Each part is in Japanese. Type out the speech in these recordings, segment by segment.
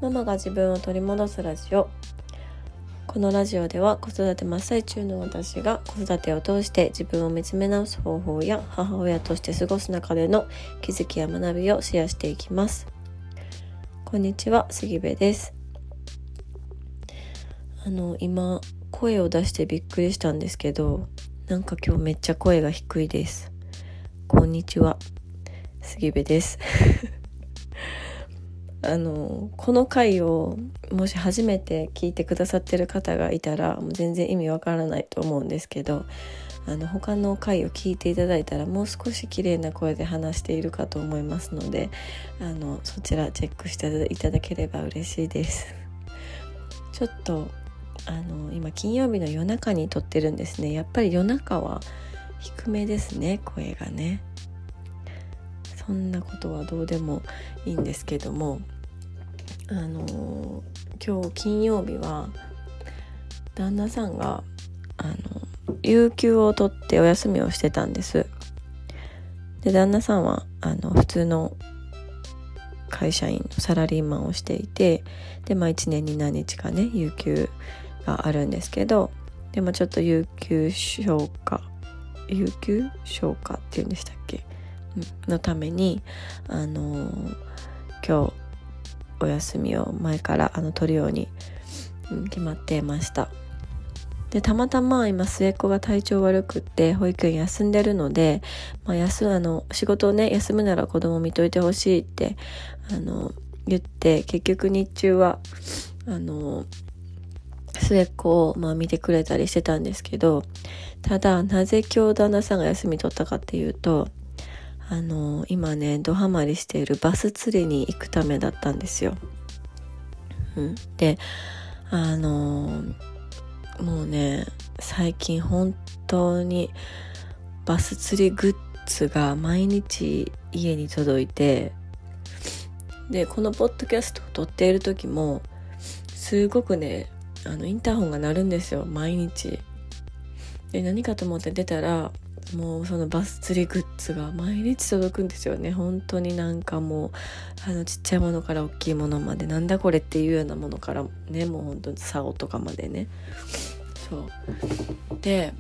ママが自分を取り戻すラジオ。このラジオでは子育て真っ最中の私が子育てを通して自分を見つめ直す方法や母親として過ごす中での気づきや学びをシェアしていきます。こんにちは、杉部です。今声を出してびっくりしたんですけど、なんか今日めっちゃ声が低いです。こんにちは、杉部ですこの回をもし初めて聞いてくださってる方がいたらもう全然意味わからないと思うんですけど、他の回を聞いていただいたらもう少し綺麗な声で話しているかと思いますので、そちらチェックしていただければ嬉しいです。ちょっと今金曜日の夜中に撮ってるんですね。やっぱり夜中は低めですね、声がね。そんなことはどうでもいいんですけども、今日金曜日は旦那さんが有給を取ってお休みをしてたんです。で、旦那さんは普通の会社員のサラリーマンをしていて、で1年に何日かね有給があるんですけど、でもちょっと有給消化っていうんでしたっけ、のために今日お休みを前から取るように、決まっていました。で、たまたま今末っ子が体調悪くって保育園休んでるので、仕事をね休むなら子供見といてほしいって言って、結局日中は末っ子を見てくれたりしてたんですけど、ただなぜ今日旦那さんが休み取ったかっていうと、今ねドハマりしているバス釣りに行くためだったんですよ。でもうね最近本当にバス釣りグッズが毎日家に届いて、でこのポッドキャストを撮っている時もすごくねインターホンが鳴るんですよ、毎日。で、何かと思って出たらもうそのバス釣りグッズが毎日届くんですよね。本当になんかもうちっちゃいものから大きいものまで、なんだこれっていうようなものからね、もう本当に竿とかまでね。そうで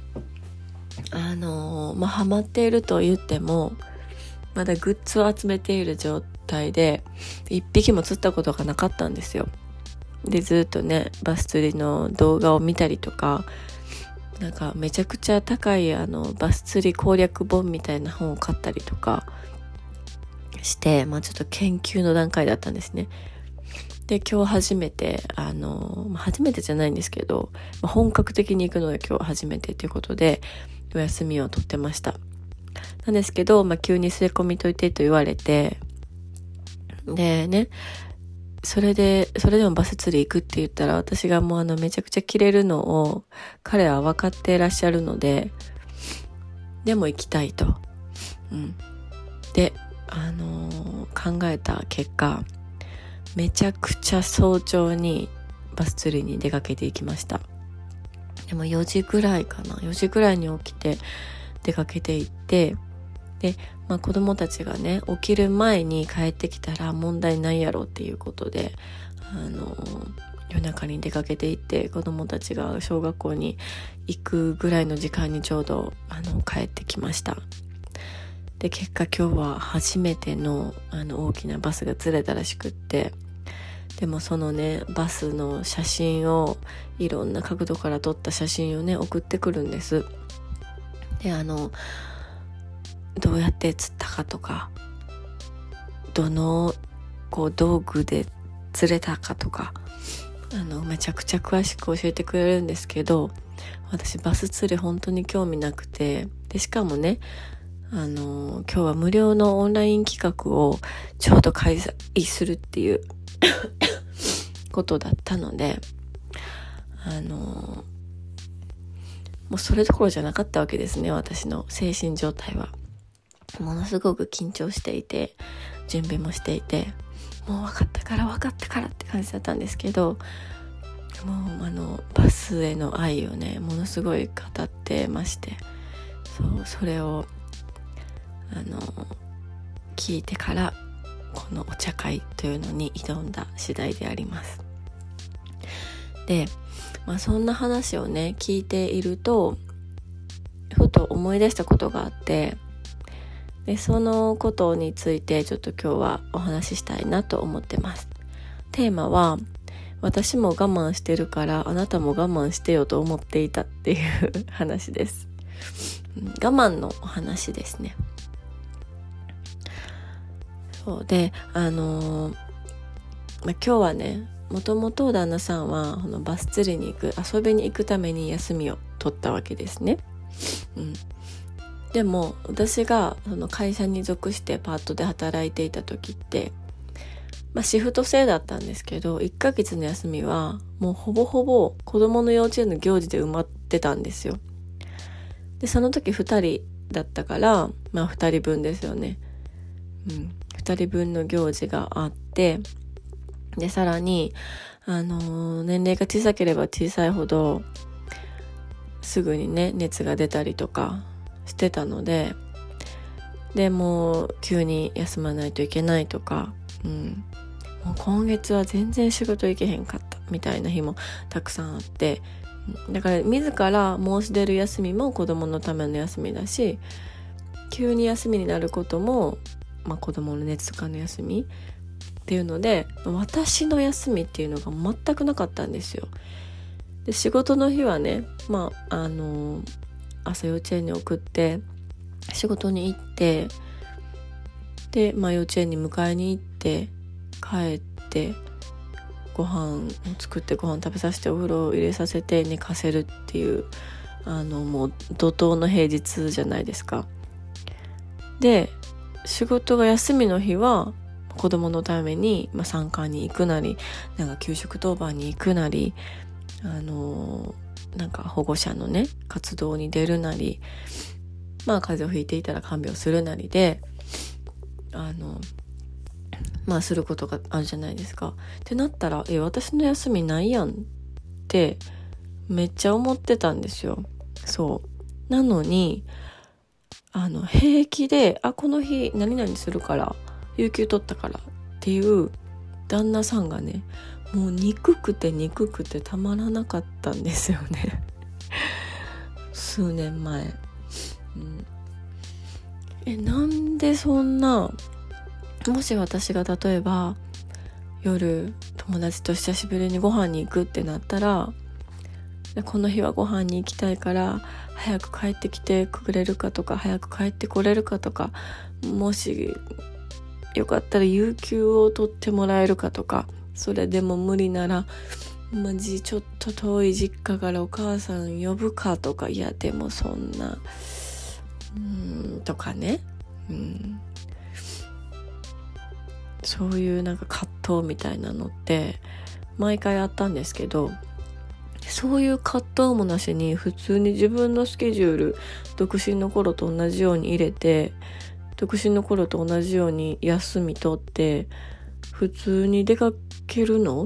ハマっていると言ってもまだグッズを集めている状態で一匹も釣ったことがなかったんですよ。で、ずっとねバス釣りの動画を見たりとか、なんかめちゃくちゃ高いバス釣り攻略本みたいな本を買ったりとかして、ちょっと研究の段階だったんですね。で、今日初めて初めてじゃないんですけど、本格的に行くのが今日初めてということでお休みを取ってました。なんですけど、急に据え込みといてと言われて、でね、それでもバス釣り行くって言ったら、私がもうめちゃくちゃキレるのを彼は分かってらっしゃるので、でも行きたいと。で、考えた結果、めちゃくちゃ早朝にバス釣りに出かけていきました。でも4時ぐらいに起きて出かけて行って、で、子供たちがね起きる前に帰ってきたら問題ないやろっていうことで夜中に出かけて行って、子供たちが小学校に行くぐらいの時間にちょうど帰ってきました。で、結果今日は初めての大きなバスが釣れたらしくって、でもそのねバスの写真を、いろんな角度から撮った写真をね送ってくるんです。でどうやって釣ったかとか、どの道具で釣れたかとかめちゃくちゃ詳しく教えてくれるんですけど、私バス釣り本当に興味なくて、でしかもね今日は無料のオンライン企画をちょうど開催するっていうことだったので、もうそれどころじゃなかったわけですね。私の精神状態はものすごく緊張していて、準備もしていて、もう分かったからって感じだったんですけど、もうバスへの愛をねものすごい語ってまして、それを聞いてからこのお茶会というのに挑んだ次第であります。で、そんな話をね聞いているとふと思い出したことがあって、でそのことについてちょっと今日はお話ししたいなと思ってます。テーマは、私も我慢してるからあなたも我慢してよと思っていたっていう話です。我慢のお話ですね。そうで、今日はね、もともと旦那さんはバス釣りに行く、遊びに行くために休みを取ったわけですね。でも私がその会社に属してパートで働いていた時って、シフト制だったんですけど、1ヶ月の休みはもうほぼほぼ子供の幼稚園の行事で埋まってたんですよ。でその時2人だったから、2人分ですよね。2人分の行事があって、でさらに年齢が小さければ小さいほどすぐにね熱が出たりとかしてたので、でもう急に休まないといけないとか、もう今月は全然仕事行けへんかったみたいな日もたくさんあって、だから自ら申し出る休みも子供のための休みだし、急に休みになることも、子供の熱とかの休みっていうので、私の休みっていうのが全くなかったんですよ。で仕事の日はね、朝幼稚園に送って仕事に行って、で、幼稚園に迎えに行って帰ってご飯を作ってご飯食べさせてお風呂を入れさせて寝かせるっていうもう怒涛の平日じゃないですか。で仕事が休みの日は子供のために、参観に行くなり、給食当番に行くなり、保護者のね活動に出るなり、風邪をひいていたら看病するなりで、することがあるじゃないですか。ってなったら、私の休みないやんってめっちゃ思ってたんですよ。そうなのに平気でこの日何々するから有給取ったからっていう旦那さんがね、もう憎くてたまらなかったんですよね数年前、なんでそんな、もし私が例えば夜友達と久しぶりにご飯に行くってなったら、この日はご飯に行きたいから早く帰ってきてくれるかとか、早く帰ってこれるかとか、もしよかったら有給を取ってもらえるかとか、それでも無理ならちょっと遠い実家からお母さん呼ぶかとか、いやでもそんなとかね、そういう葛藤みたいなのって毎回あったんですけど、そういう葛藤もなしに普通に自分のスケジュール独身の頃と同じように入れて、独身の頃と同じように休み取って普通に出かけるのって、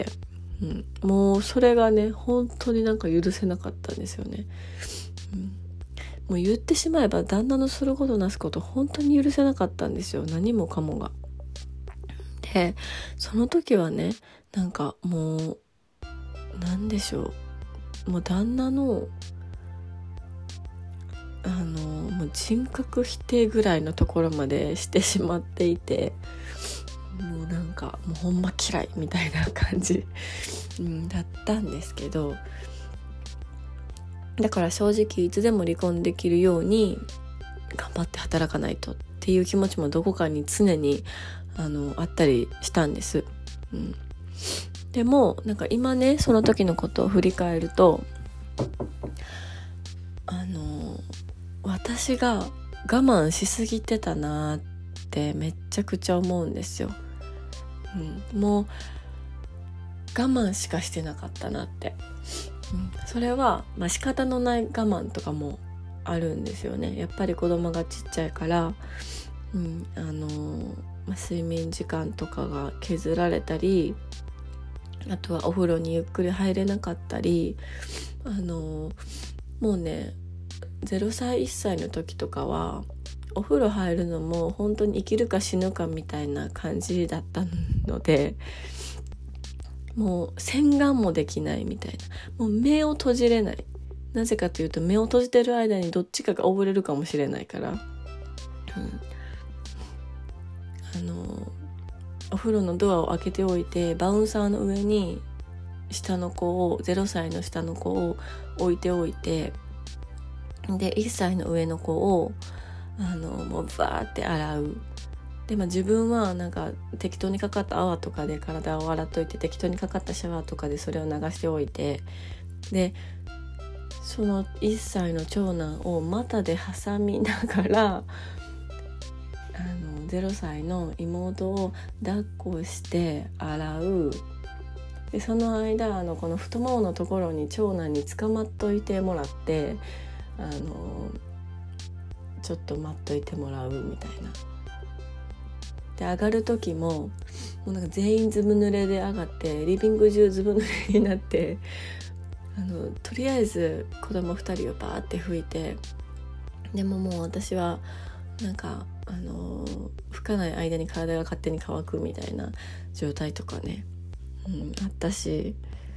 もうそれがね本当に許せなかったんですよね。もう言ってしまえば旦那のすることなすこと本当に許せなかったんですよ、何もかもが。でその時はねもうなんでしょう、もう旦那のもう人格否定ぐらいのところまでしてしまっていて、もうもうほんま嫌いみたいな感じ、だったんですけど、だから正直いつでも離婚できるように頑張って働かないとっていう気持ちもどこかに常にあったりしたんです。でも今ねその時のことを振り返ると、私が我慢しすぎてたなってめっちゃくちゃ思うんですよ。もう我慢しかしてなかったなって、それは仕方のない我慢とかもあるんですよね。やっぱり子供がちっちゃいから、睡眠時間とかが削られたり、あとはお風呂にゆっくり入れなかったり、もうね0歳1歳の時とかはお風呂入るのも本当に生きるか死ぬかみたいな感じだったので、もう洗顔もできないみたいな、もう目を閉じれない。なぜかというと目を閉じてる間にどっちかが溺れるかもしれないから、お風呂のドアを開けておいて、バウンサーの上に下の子を0歳の下の子を置いておいて、で1歳の上の子をもうバーって洗う。で、自分はなんか適当にかかった泡とかで体を洗っといて、適当にかかったシャワーとかでそれを流しておいて、でその1歳の長男を股で挟みながら0歳の妹を抱っこして洗う。でその間この太もものところに長男に捕まっといてもらって、ちょっと待っといてもらうみたいな。で上がる時もうなんか全員ずぶ濡れで上がって、リビング中ずぶ濡れになって、とりあえず子供2人をバーって拭いて、でももう私はなんか拭かない間に体が勝手に乾くみたいな状態とかね、あったし、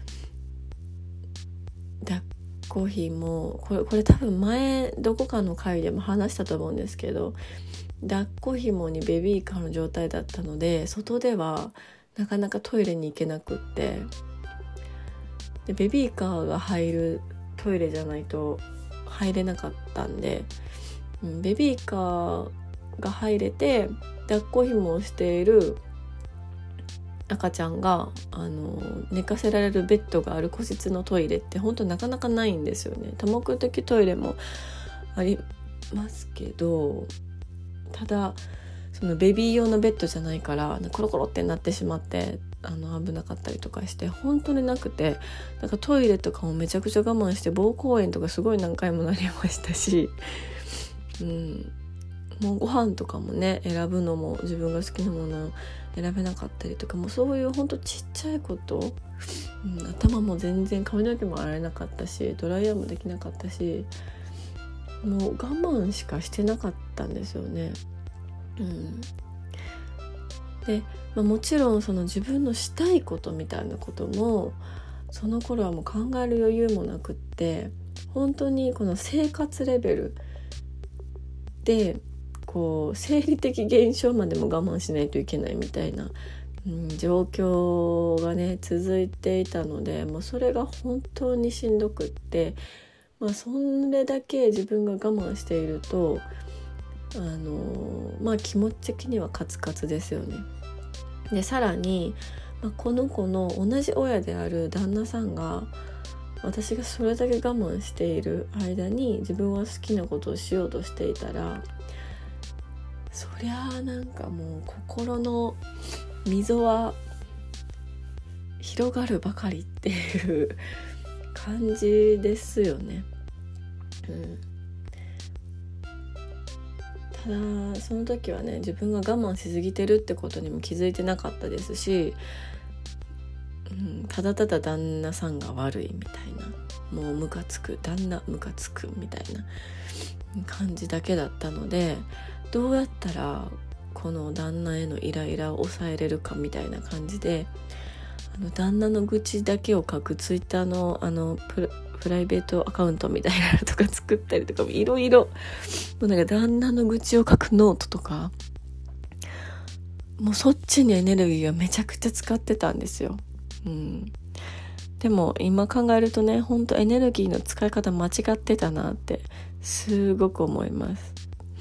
抱っこひもこれ多分前どこかの回でも話したと思うんですけど、抱っこひもにベビーカーの状態だったので、外ではなかなかトイレに行けなくって、でベビーカーが入るトイレじゃないと入れなかったんで、ベビーカーが入れて抱っこひもをしている赤ちゃんが寝かせられるベッドがある個室のトイレって本当なかなかないんですよね。多目的トイレもありますけど、ただそのベビー用のベッドじゃないからコロコロってなってしまって危なかったりとかして本当になくて、なんかトイレとかもめちゃくちゃ我慢して膀胱炎とかすごい何回もなりましたし、もうご飯とかもね選ぶのも自分が好きなものを選べなかったりとか、もうそういうほんとちっちゃいこと、頭も全然髪の毛も洗えなかったし、ドライヤーもできなかったし、もう我慢しかしてなかったんですよね。で、もちろんその自分のしたいことみたいなこともその頃はもう考える余裕もなくって、本当にこの生活レベルでこう生理的現象までも我慢しないといけないみたいな、状況がね続いていたので、もうそれが本当にしんどくって、それだけ自分が我慢していると気持ち的にはカツカツですよね。でさらに、この子の同じ親である旦那さんが私がそれだけ我慢している間に自分は好きなことをしようとしていたら、そりゃあなんかもう心の溝は広がるばかりっていう感じですよね。ただその時はね、自分が我慢しすぎてるってことにも気づいてなかったですし、ただただ旦那さんが悪いみたいな、もうムカつく、旦那ムカつくみたいな感じだけだったので、どうやったらこの旦那へのイライラを抑えれるかみたいな感じで、旦那の愚痴だけを書くツイッターのプライベートアカウントみたいなのとか作ったりとか、いろいろもうなんか旦那の愚痴を書くノートとか、もうそっちにエネルギーがめちゃくちゃ使ってたんですよ。でも今考えるとね、本当エネルギーの使い方間違ってたなってすごく思います。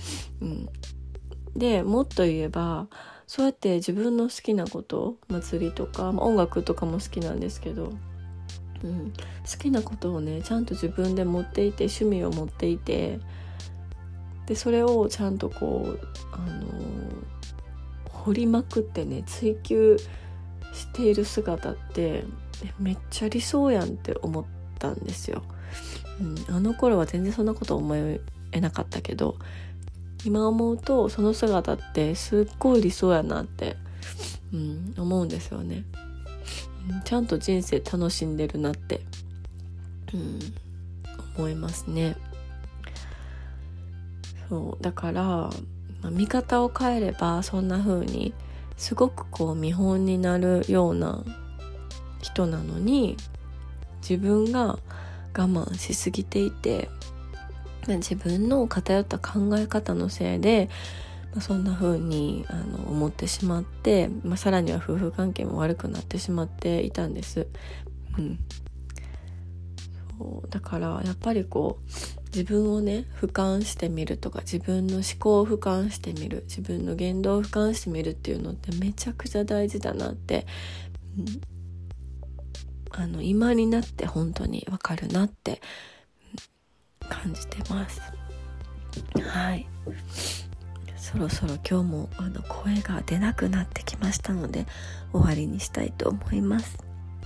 でもっと言えば、そうやって自分の好きなこと、祭りとか、音楽とかも好きなんですけど、好きなことをねちゃんと自分で持っていて、趣味を持っていて、でそれをちゃんとこう掘りまくってね追求している姿ってめっちゃ理想やんって思ったんですよ。あの頃は全然そんなこと思えなかったけど、今思うとその姿ってすっごい理想やなって、思うんですよね。ちゃんと人生楽しんでるなって、思いますね。 そうだから、見方を変えればそんな風にすごくこう見本になるような人なのに、自分が我慢しすぎていて、自分の偏った考え方のせいで、そんな風に思ってしまって、さらには夫婦関係も悪くなってしまっていたんです。そうだからやっぱりこう自分をね俯瞰してみるとか、自分の思考を俯瞰してみる、自分の言動を俯瞰してみるっていうのってめちゃくちゃ大事だなって、今になって本当にわかるなって感じてます。はい、そろそろ今日も声が出なくなってきましたので終わりにしたいと思います。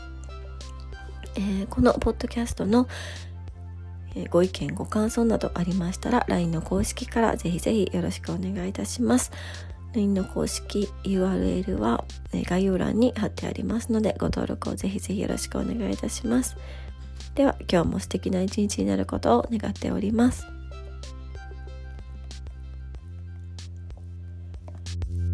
このポッドキャストのご意見ご感想などありましたら LINE の公式からぜひぜひよろしくお願いいたします。 LINE の公式 URL は概要欄に貼ってありますのでご登録をぜひぜひよろしくお願いいたします。では今日も素敵な一日になることを願っております。